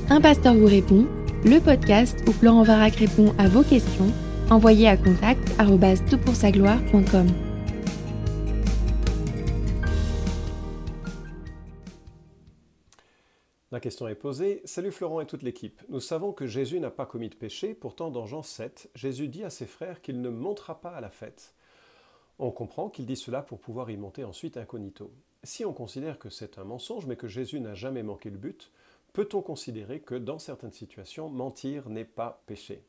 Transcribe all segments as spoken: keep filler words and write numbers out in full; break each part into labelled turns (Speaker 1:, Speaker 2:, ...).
Speaker 1: Un pasteur vous répond, le podcast où Florent Varac répond à vos questions, envoyez à contact arobase tout pour sa gloire point com.
Speaker 2: La question est posée. Salut Florent et toute l'équipe. Nous savons que Jésus n'a pas commis de péché, pourtant dans Jean sept, Jésus dit à ses frères qu'il ne montera pas à la fête. On comprend qu'il dit cela pour pouvoir y monter ensuite incognito. Si on considère que c'est un mensonge, mais que Jésus n'a jamais manqué le but, peut-on considérer que dans certaines situations, mentir n'est pas péché?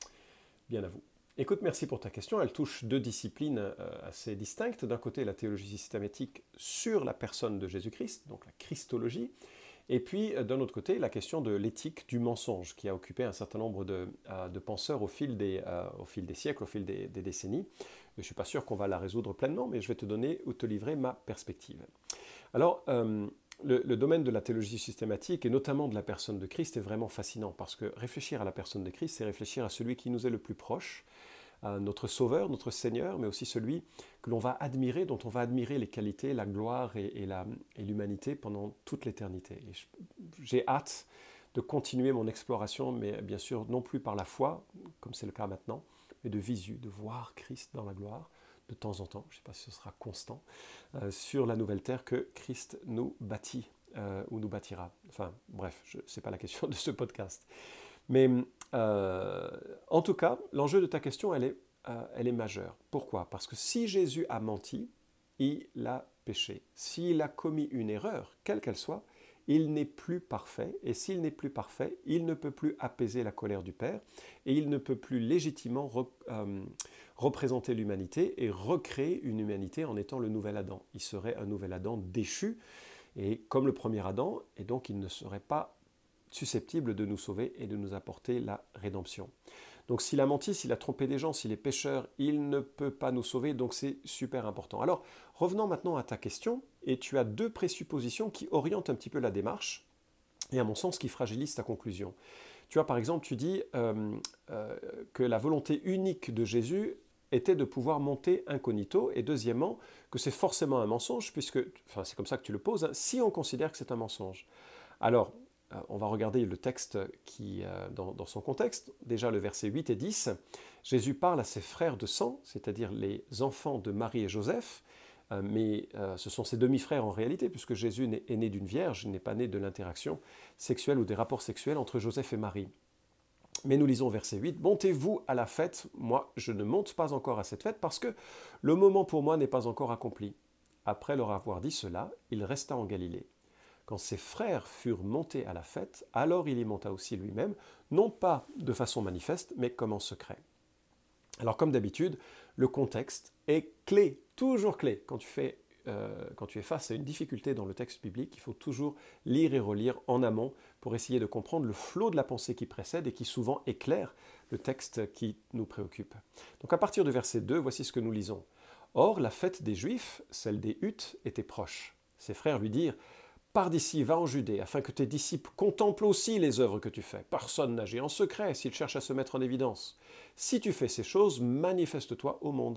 Speaker 2: Bien à vous. Écoute, merci pour ta question. Elle touche deux disciplines euh, assez distinctes. D'un côté, la théologie systématique sur la personne de Jésus-Christ, donc la christologie, et puis euh, d'un autre côté, la question de l'éthique du mensonge, qui a occupé un certain nombre de, euh, de penseurs au fil, des, euh, au fil des siècles, au fil des, des décennies. Je ne suis pas sûr qu'on va la résoudre pleinement, mais je vais te donner ou te livrer ma perspective. Alors, euh, le, le domaine de la théologie systématique, et notamment de la personne de Christ, est vraiment fascinant, parce que réfléchir à la personne de Christ, c'est réfléchir à celui qui nous est le plus proche, à notre Sauveur, notre Seigneur, mais aussi celui que l'on va admirer, dont on va admirer les qualités, la gloire et, et, la, et l'humanité pendant toute l'éternité. Et je, j'ai hâte de continuer mon exploration, mais bien sûr non plus par la foi, comme c'est le cas maintenant, mais de visu, de voir Christ dans la gloire, de temps en temps, je ne sais pas si ce sera constant, euh, sur la nouvelle terre que Christ nous bâtit, euh, ou nous bâtira. Enfin, bref, ce n'est pas la question de ce podcast. Mais euh, en tout cas, l'enjeu de ta question, elle est, euh, elle est majeure. Pourquoi? Parce que si Jésus a menti, il a péché. S'il a commis une erreur, quelle qu'elle soit, il n'est plus parfait, et s'il n'est plus parfait, il ne peut plus apaiser la colère du Père, et il ne peut plus légitimement re, euh, représenter l'humanité et recréer une humanité en étant le nouvel Adam. Il serait un nouvel Adam déchu, et comme le premier Adam, et donc il ne serait pas susceptible de nous sauver et de nous apporter la rédemption. Donc s'il a menti, s'il a trompé des gens, s'il est pécheur, il ne peut pas nous sauver, donc c'est super important. Alors, revenons maintenant à ta question, et tu as deux présuppositions qui orientent un petit peu la démarche, et à mon sens qui fragilisent ta conclusion. Tu vois, par exemple, tu dis euh, euh, que la volonté unique de Jésus était de pouvoir monter incognito, et deuxièmement, que c'est forcément un mensonge, puisque, enfin c'est comme ça que tu le poses, hein, si on considère que c'est un mensonge. Alors, on va regarder le texte qui, dans, dans son contexte. Déjà le verset huit et dix, Jésus parle à ses frères de sang, c'est-à-dire les enfants de Marie et Joseph, mais ce sont ses demi-frères en réalité, puisque Jésus est né d'une vierge, il n'est pas né de l'interaction sexuelle ou des rapports sexuels entre Joseph et Marie. Mais nous lisons verset huit, « Montez-vous à la fête, moi je ne monte pas encore à cette fête, parce que le moment pour moi n'est pas encore accompli. » Après leur avoir dit cela, il resta en Galilée. Quand ses frères furent montés à la fête, alors il y monta aussi lui-même, non pas de façon manifeste, mais comme en secret. Alors comme d'habitude, le contexte est clé, toujours clé. Quand tu, fais, euh, quand tu es face à une difficulté dans le texte biblique, il faut toujours lire et relire en amont pour essayer de comprendre le flot de la pensée qui précède et qui souvent éclaire le texte qui nous préoccupe. Donc à partir du verset deux, voici ce que nous lisons. « Or, la fête des Juifs, celle des Huttes, était proche. Ses frères lui dirent « Pars d'ici, va en Judée, afin que tes disciples contemplent aussi les œuvres que tu fais. Personne n'agit en secret s'il cherche à se mettre en évidence. Si tu fais ces choses, manifeste-toi au monde. »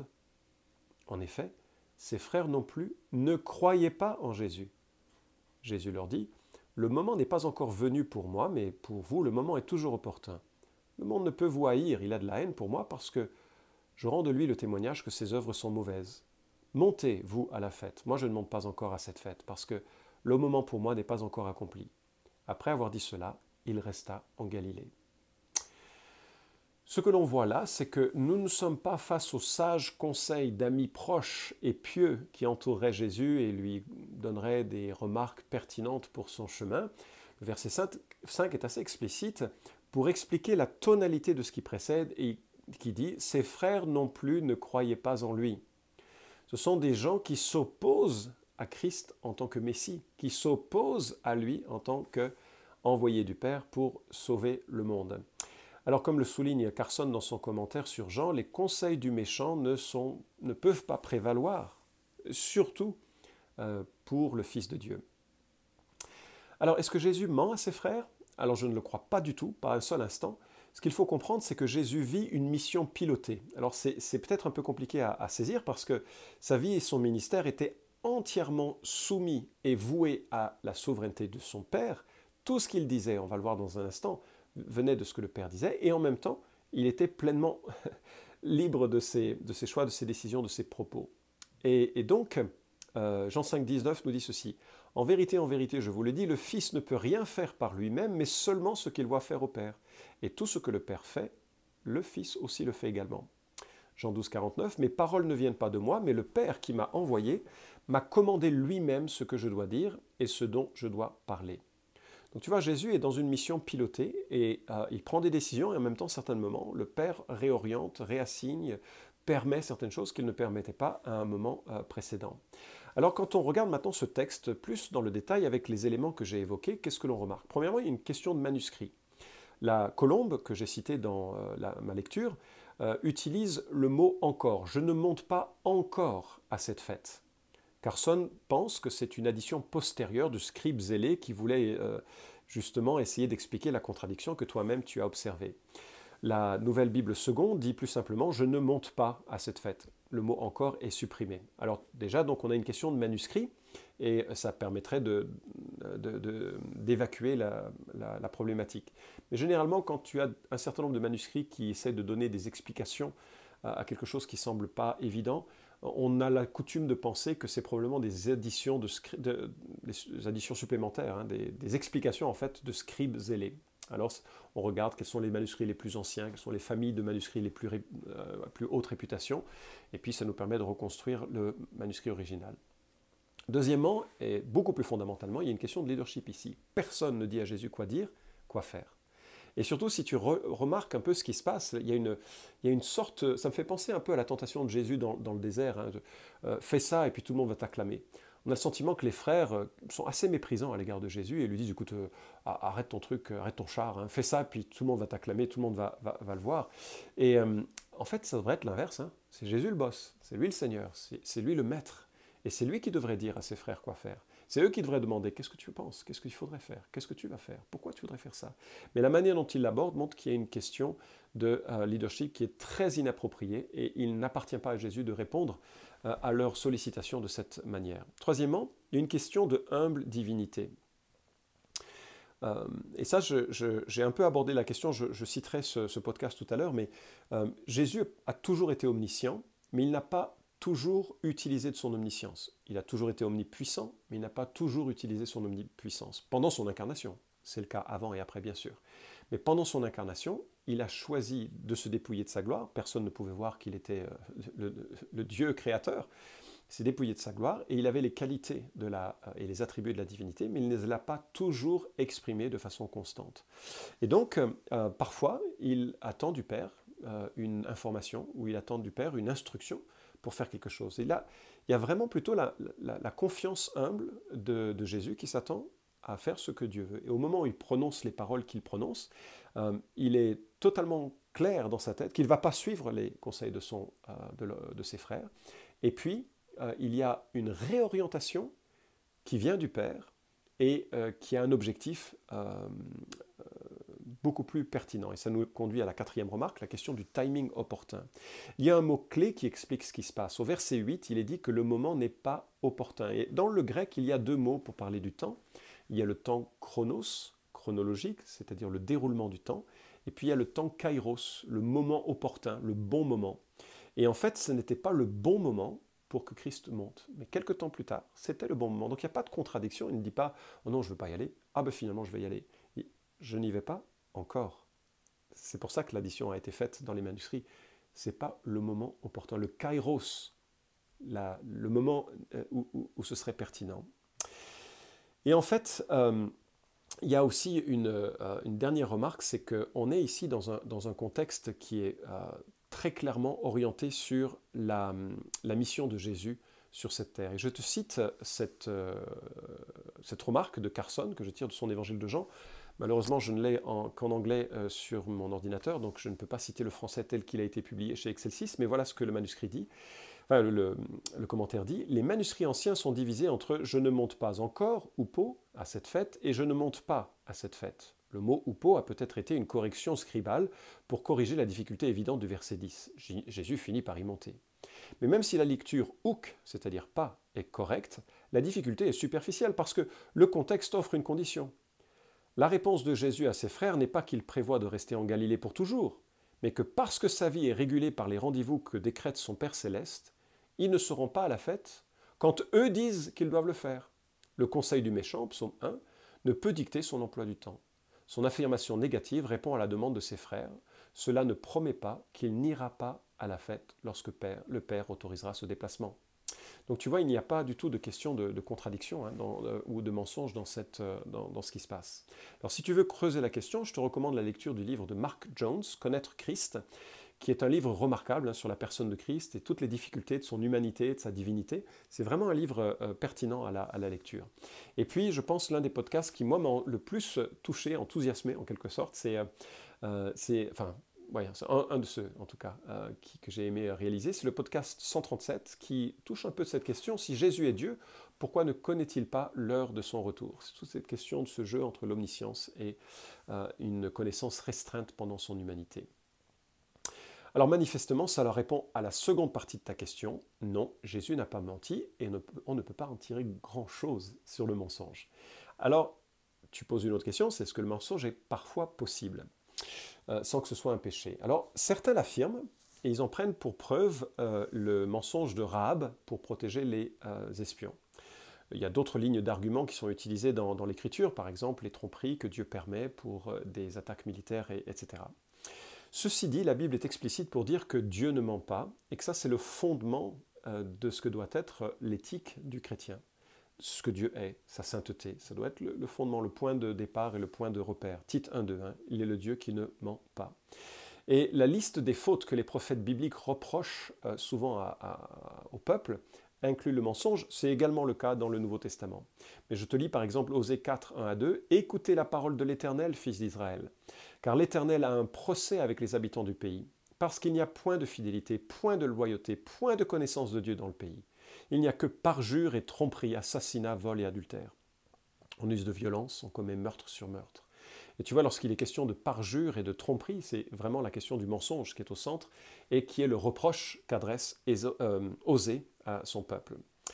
Speaker 2: En effet, ses frères non plus ne croyaient pas en Jésus. Jésus leur dit, « Le moment n'est pas encore venu pour moi, mais pour vous, le moment est toujours opportun. Le monde ne peut vous haïr, il a de la haine pour moi, parce que je rends de lui le témoignage que ses œuvres sont mauvaises. Montez, vous, à la fête. Moi, je ne monte pas encore à cette fête, parce que le moment pour moi n'est pas encore accompli. » Après avoir dit cela, il resta en Galilée. Ce que l'on voit là, c'est que nous ne sommes pas face aux sages conseils d'amis proches et pieux qui entoureraient Jésus et lui donneraient des remarques pertinentes pour son chemin. Le verset cinq est assez explicite pour expliquer la tonalité de ce qui précède et qui dit « Ses frères non plus ne croyaient pas en lui ». Ce sont des gens qui s'opposent à Christ en tant que Messie, qui s'oppose à lui en tant qu'envoyé du Père pour sauver le monde. Alors comme le souligne Carson dans son commentaire sur Jean, les conseils du méchant ne, sont, ne peuvent pas prévaloir, surtout euh, pour le Fils de Dieu. Alors est-ce que Jésus ment à ses frères? Alors je ne le crois pas du tout, pas un seul instant. Ce qu'il faut comprendre, c'est que Jésus vit une mission pilotée. Alors c'est, c'est peut-être un peu compliqué à, à saisir parce que sa vie et son ministère étaient entièrement soumis et voués à la souveraineté de son Père, tout ce qu'il disait, on va le voir dans un instant, venait de ce que le Père disait, et en même temps, il était pleinement libre de ses, de ses choix, de ses décisions, de ses propos. Et, et donc, euh, Jean cinq, dix-neuf nous dit ceci. « En vérité, en vérité, je vous le dis, le Fils ne peut rien faire par lui-même, mais seulement ce qu'il voit faire au Père. Et tout ce que le Père fait, le Fils aussi le fait également. » Jean douze, quarante-neuf, « Mes paroles ne viennent pas de moi, mais le Père qui m'a envoyé m'a commandé lui-même ce que je dois dire et ce dont je dois parler. » Donc tu vois, Jésus est dans une mission pilotée et euh, il prend des décisions et en même temps, à certains moments, le Père réoriente, réassigne, permet certaines choses qu'il ne permettait pas à un moment euh, précédent. Alors quand on regarde maintenant ce texte plus dans le détail avec les éléments que j'ai évoqués, qu'est-ce que l'on remarque? Premièrement, il y a une question de manuscrit. La colombe que j'ai citée dans euh, la, ma lecture euh, utilise le mot « encore ». Je ne monte pas encore à cette fête. Carson pense que c'est une addition postérieure de scribes zélés qui voulaient euh, justement essayer d'expliquer la contradiction que toi-même tu as observée. La Nouvelle Bible seconde dit plus simplement « je ne monte pas à cette fête ». Le mot « encore » est supprimé. Alors déjà, donc, on a une question de manuscrit et ça permettrait de, de, de, d'évacuer la, la, la problématique. Mais généralement, quand tu as un certain nombre de manuscrits qui essaient de donner des explications à quelque chose qui ne semble pas évident, on a la coutume de penser que c'est probablement des additions, de, de, des additions supplémentaires, hein, des, des explications en fait de scribes zélés. Alors on regarde quels sont les manuscrits les plus anciens, quelles sont les familles de manuscrits les plus, euh, à plus haute réputation, et puis ça nous permet de reconstruire le manuscrit original. Deuxièmement, et beaucoup plus fondamentalement, il y a une question de leadership ici. Personne ne dit à Jésus quoi dire, quoi faire. Et surtout, si tu re remarques un peu ce qui se passe, il y, a une, il y a une sorte... Ça me fait penser un peu à la tentation de Jésus dans, dans le désert. Hein, de, euh, fais ça et puis tout le monde va t'acclamer. On a le sentiment que les frères euh, sont assez méprisants à l'égard de Jésus et lui disent, écoute, euh, arrête ton truc, arrête ton char, hein, fais ça et puis tout le monde va t'acclamer, tout le monde va, va, va le voir. Et euh, en fait, ça devrait être l'inverse. Hein. C'est Jésus le boss, c'est lui le Seigneur, c'est lui le maître. Et c'est lui qui devrait dire à ses frères quoi faire. C'est eux qui devraient demander « Qu'est-ce que tu penses? Qu'est-ce qu'il faudrait faire? Qu'est-ce que tu vas faire? Pourquoi tu voudrais faire ça ?» Mais la manière dont il l'aborde montre qu'il y a une question de euh, leadership qui est très inappropriée et il n'appartient pas à Jésus de répondre euh, à leurs sollicitations de cette manière. Troisièmement, il y a une question de humble divinité. Euh, et ça, j'ai un peu abordé la question, je, je citerai ce, ce podcast tout à l'heure, mais euh, Jésus a toujours été omniscient, mais il n'a pas toujours utilisé de son omniscience. Il a toujours été omnipuissant, mais il n'a pas toujours utilisé son omnipuissance. Pendant son incarnation, c'est le cas avant et après bien sûr. Mais pendant son incarnation, il a choisi de se dépouiller de sa gloire. Personne ne pouvait voir qu'il était le, le, le Dieu créateur. Il s'est dépouillé de sa gloire et il avait les qualités de la, et les attributs de la divinité, mais il ne les a pas toujours exprimés de façon constante. Et donc, euh, parfois, il attend du Père euh, une information ou il attend du Père une instruction pour faire quelque chose. Et là, il y a vraiment plutôt la, la, la confiance humble de, de Jésus qui s'attend à faire ce que Dieu veut. Et au moment où il prononce les paroles qu'il prononce, euh, il est totalement clair dans sa tête qu'il ne va pas suivre les conseils de, son, euh, de, le, de ses frères. Et puis, euh, il y a une réorientation qui vient du Père et euh, qui a un objectif euh, euh, beaucoup plus pertinent. Et ça nous conduit à la quatrième remarque, la question du timing opportun. Il y a un mot-clé qui explique ce qui se passe. Au verset huit, il est dit que le moment n'est pas opportun. Et dans le grec, il y a deux mots pour parler du temps. Il y a le temps chronos, chronologique, c'est-à-dire le déroulement du temps, et puis il y a le temps kairos, le moment opportun, le bon moment. Et en fait, ce n'était pas le bon moment pour que Christ monte. Mais quelques temps plus tard, c'était le bon moment. Donc il n'y a pas de contradiction. Il ne dit pas « Oh non, je ne veux pas y aller. Ah ben finalement, je vais y aller. » Je n'y vais pas encore. C'est pour ça que l'addition a été faite dans les manuscrits. Ce n'est pas le moment opportun. Le kairos, la, le moment où, où, où ce serait pertinent. Et en fait, euh, il y a aussi une, euh, une dernière remarque, c'est qu'on est ici dans un, dans un contexte qui est euh, très clairement orienté sur la, la mission de Jésus sur cette terre. Et je te cite cette, euh, cette remarque de Carson, que je tire de son évangile de Jean. Malheureusement, je ne l'ai qu'en anglais euh, sur mon ordinateur, donc je ne peux pas citer le français tel qu'il a été publié chez Excelsis, mais voilà ce que le manuscrit dit. Enfin, le, le, le commentaire dit « Les manuscrits anciens sont divisés entre « je ne monte pas encore, upo, à cette fête » et « je ne monte pas à cette fête ». Le mot « upo » a peut-être été une correction scribale pour corriger la difficulté évidente du verset dix. J Jésus finit par y monter. Mais même si la lecture « uk », c'est-à-dire « pas », est correcte, la difficulté est superficielle parce que le contexte offre une condition. La réponse de Jésus à ses frères n'est pas qu'il prévoit de rester en Galilée pour toujours, mais que parce que sa vie est régulée par les rendez-vous que décrète son Père céleste, ils ne seront pas à la fête quand eux disent qu'ils doivent le faire. Le conseil du méchant, psaume un, ne peut dicter son emploi du temps. Son affirmation négative répond à la demande de ses frères. Cela ne promet pas qu'il n'ira pas à la fête lorsque père, le Père autorisera ce déplacement. Donc tu vois, il n'y a pas du tout de question de, de contradiction hein, dans, euh, ou de mensonge dans, cette, euh, dans, dans ce qui se passe. Alors si tu veux creuser la question, je te recommande la lecture du livre de Mark Jones, Connaître Christ, qui est un livre remarquable hein, sur la personne de Christ et toutes les difficultés de son humanité, de sa divinité. C'est vraiment un livre euh, pertinent à la, à la lecture. Et puis, je pense, l'un des podcasts qui, moi, m'a le plus touché, enthousiasmé, en quelque sorte, c'est... Euh, c'est enfin, ouais, c'est un, un de ceux, en tout cas, euh, qui, que j'ai aimé réaliser. C'est le podcast cent trente-sept, qui touche un peu cette question. Si Jésus est Dieu, pourquoi ne connaît-il pas l'heure de son retour? C'est toute cette question de ce jeu entre l'omniscience et euh, une connaissance restreinte pendant son humanité. Alors manifestement, ça leur répond à la seconde partie de ta question. Non, Jésus n'a pas menti et on ne peut pas en tirer grand-chose sur le mensonge. Alors, tu poses une autre question, c'est est-ce que le mensonge est parfois possible euh, sans que ce soit un péché? Alors, certains l'affirment et ils en prennent pour preuve euh, le mensonge de Rahab pour protéger les euh, espions. Il y a d'autres lignes d'arguments qui sont utilisées dans, dans l'Écriture, par exemple les tromperies que Dieu permet pour euh, des attaques militaires, et, etc. Ceci dit, la Bible est explicite pour dire que Dieu ne ment pas et que ça c'est le fondement euh, de ce que doit être l'éthique du chrétien. Ce que Dieu est, sa sainteté, ça doit être le, le fondement, le point de départ et le point de repère. Tite un deux, hein, il est le Dieu qui ne ment pas. Et la liste des fautes que les prophètes bibliques reprochent euh, souvent à, à, au peuple inclut le mensonge, c'est également le cas dans le Nouveau Testament. Mais je te lis par exemple Osée quatre, un à deux, « Écoutez la parole de l'Éternel, fils d'Israël, car l'Éternel a un procès avec les habitants du pays, parce qu'il n'y a point de fidélité, point de loyauté, point de connaissance de Dieu dans le pays. Il n'y a que parjure et tromperie, assassinat, vol et adultère. On use de violence, on commet meurtre sur meurtre. » Et tu vois, lorsqu'il est question de parjure et de tromperie, c'est vraiment la question du mensonge qui est au centre et qui est le reproche qu'adresse euh, Osée à son peuple.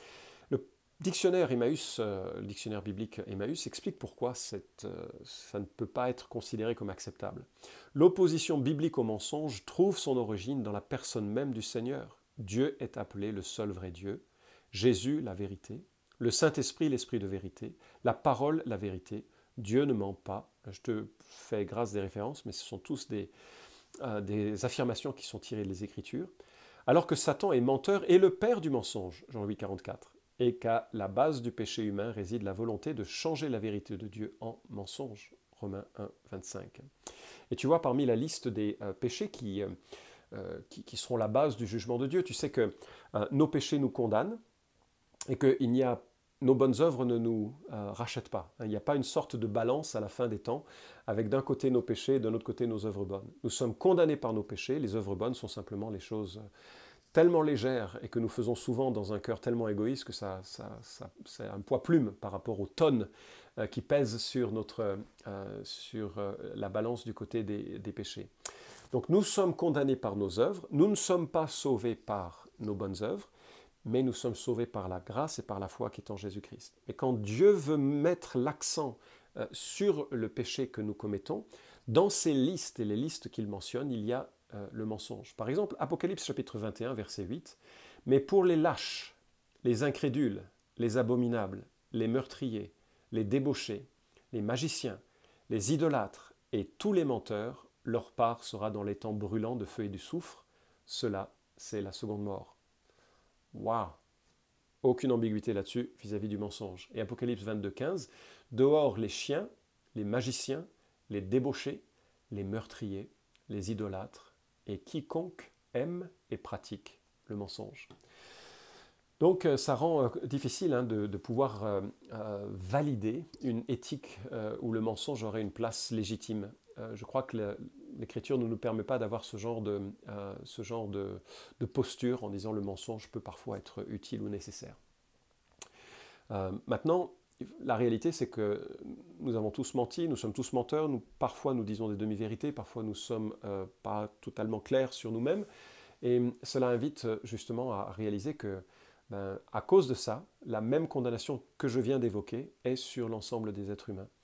Speaker 2: Le dictionnaire Emmaüs, euh, le dictionnaire biblique Emmaüs, explique pourquoi cette, euh, ça ne peut pas être considéré comme acceptable. L'opposition biblique au mensonge trouve son origine dans la personne même du Seigneur. Dieu est appelé le seul vrai Dieu, Jésus la vérité, le Saint-Esprit l'Esprit de vérité, la parole la vérité. Dieu ne ment pas. Je te fais grâce des références, mais ce sont tous des, euh, des affirmations qui sont tirées des Écritures. Alors que Satan est menteur et le père du mensonge, Jean-Louis quarante-quatre, et qu'à la base du péché humain réside la volonté de changer la vérité de Dieu en mensonge, Romains un, vingt-cinq. Et tu vois, parmi la liste des euh, péchés qui, euh, qui, qui seront la base du jugement de Dieu, tu sais que euh, nos péchés nous condamnent et qu'il n'y a nos bonnes œuvres ne nous euh, rachètent pas. Il n'y a pas une sorte de balance à la fin des temps, avec d'un côté nos péchés et d'un autre côté nos œuvres bonnes. Nous sommes condamnés par nos péchés, les œuvres bonnes sont simplement les choses tellement légères et que nous faisons souvent dans un cœur tellement égoïste que ça, ça, ça, c'est un poids plume par rapport aux tonnes euh, qui pèsent sur, notre, euh, sur euh, la balance du côté des, des péchés. Donc nous sommes condamnés par nos œuvres, nous ne sommes pas sauvés par nos bonnes œuvres, mais nous sommes sauvés par la grâce et par la foi qui est en Jésus-Christ. Et quand Dieu veut mettre l'accent euh, sur le péché que nous commettons, dans ces listes et les listes qu'il mentionne, il y a euh, le mensonge. Par exemple, Apocalypse chapitre vingt et un, verset huit, « Mais pour les lâches, les incrédules, les abominables, les meurtriers, les débauchés, les magiciens, les idolâtres et tous les menteurs, leur part sera dans les temps brûlants de feu et du soufre. Cela, c'est la seconde mort. » Waouh! Aucune ambiguïté là-dessus vis-à-vis du mensonge. Et Apocalypse vingt-deux, quinze, « Dehors les chiens, les magiciens, les débauchés, les meurtriers, les idolâtres, et quiconque aime et pratique le mensonge. » Donc ça rend euh, difficile hein, de, de pouvoir euh, euh, valider une éthique euh, où le mensonge aurait une place légitime. Euh, je crois que le, l'Écriture ne nous permet pas d'avoir ce genre, de, euh, ce genre de, de posture en disant le mensonge peut parfois être utile ou nécessaire. Euh, maintenant, la réalité c'est que nous avons tous menti, nous sommes tous menteurs, nous, parfois nous disons des demi-vérités, parfois nous ne sommes euh, pas totalement clairs sur nous-mêmes, et cela invite justement à réaliser que ben, à cause de ça, la même condamnation que je viens d'évoquer est sur l'ensemble des êtres humains.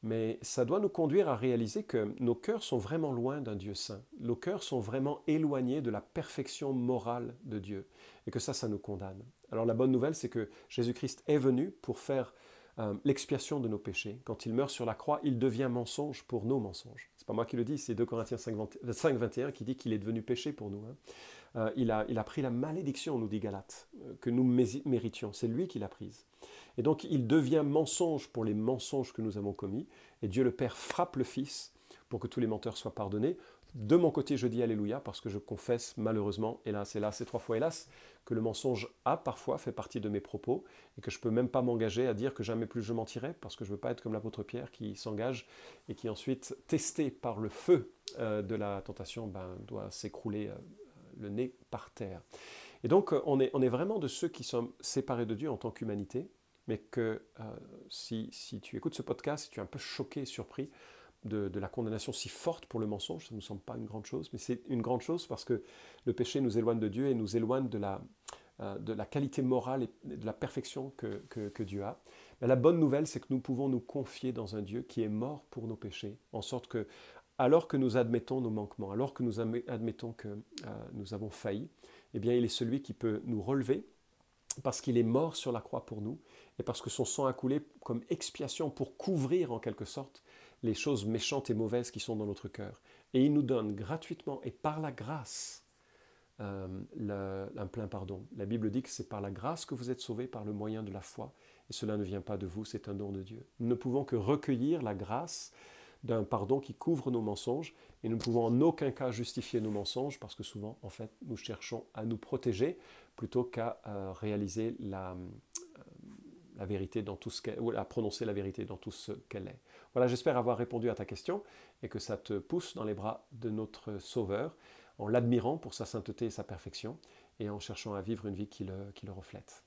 Speaker 2: Mais ça doit nous conduire à réaliser que nos cœurs sont vraiment loin d'un Dieu saint. Nos cœurs sont vraiment éloignés de la perfection morale de Dieu. Et que ça, ça nous condamne. Alors la bonne nouvelle, c'est que Jésus-Christ est venu pour faire euh, l'expiation de nos péchés. Quand il meurt sur la croix, il devient mensonge pour nos mensonges. C'est pas moi qui le dis, c'est deux Corinthiens cinq, vingt et un qui dit qu'il est devenu péché pour nous. Hein. Euh, il, a, il a pris la malédiction, nous dit Galates, euh, que nous méritions. C'est lui qui l'a prise. Et donc, il devient mensonge pour les mensonges que nous avons commis. Et Dieu le Père frappe le Fils pour que tous les menteurs soient pardonnés. De mon côté, je dis Alléluia parce que je confesse malheureusement, hélas, hélas, et trois fois hélas, que le mensonge a parfois fait partie de mes propos et que je ne peux même pas m'engager à dire que jamais plus je mentirai parce que je ne veux pas être comme l'apôtre Pierre qui s'engage et qui ensuite, testé par le feu euh, de la tentation, ben, doit s'écrouler euh, le nez par terre. Et donc, on est, on est vraiment de ceux qui sont séparés de Dieu en tant qu'humanité, mais que euh, si, si tu écoutes ce podcast, si tu es un peu choqué, surpris de, de la condamnation si forte pour le mensonge, ça ne nous semble pas une grande chose, mais c'est une grande chose parce que le péché nous éloigne de Dieu et nous éloigne de la, euh, de la qualité morale et de la perfection que, que, que Dieu a. Mais la bonne nouvelle, c'est que nous pouvons nous confier dans un Dieu qui est mort pour nos péchés, en sorte que, alors que nous admettons nos manquements, alors que nous admettons que euh, nous avons failli, eh bien, il est celui qui peut nous relever, parce qu'il est mort sur la croix pour nous, et parce que son sang a coulé comme expiation pour couvrir en quelque sorte les choses méchantes et mauvaises qui sont dans notre cœur. Et il nous donne gratuitement et par la grâce euh, le, un plein pardon. La Bible dit que c'est par la grâce que vous êtes sauvés par le moyen de la foi, et cela ne vient pas de vous, c'est un don de Dieu. Nous ne pouvons que recueillir la grâce d'un pardon qui couvre nos mensonges, et nous ne pouvons en aucun cas justifier nos mensonges, parce que souvent, en fait, nous cherchons à nous protéger plutôt qu'à euh, réaliser la, euh, la vérité dans tout ce qu'elle, ou à prononcer la vérité dans tout ce qu'elle est. Voilà, j'espère avoir répondu à ta question, et que ça te pousse dans les bras de notre Sauveur, en l'admirant pour sa sainteté et sa perfection, et en cherchant à vivre une vie qui le, qui le reflète.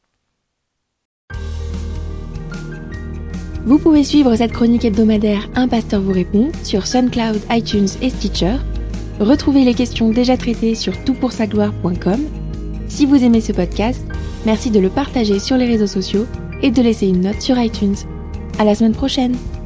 Speaker 1: Vous pouvez suivre cette chronique hebdomadaire Un pasteur vous répond sur SoundCloud, iTunes et Stitcher. Retrouvez les questions déjà traitées sur tout pour sa gloire point com. Si vous aimez ce podcast, merci de le partager sur les réseaux sociaux et de laisser une note sur iTunes. À la semaine prochaine!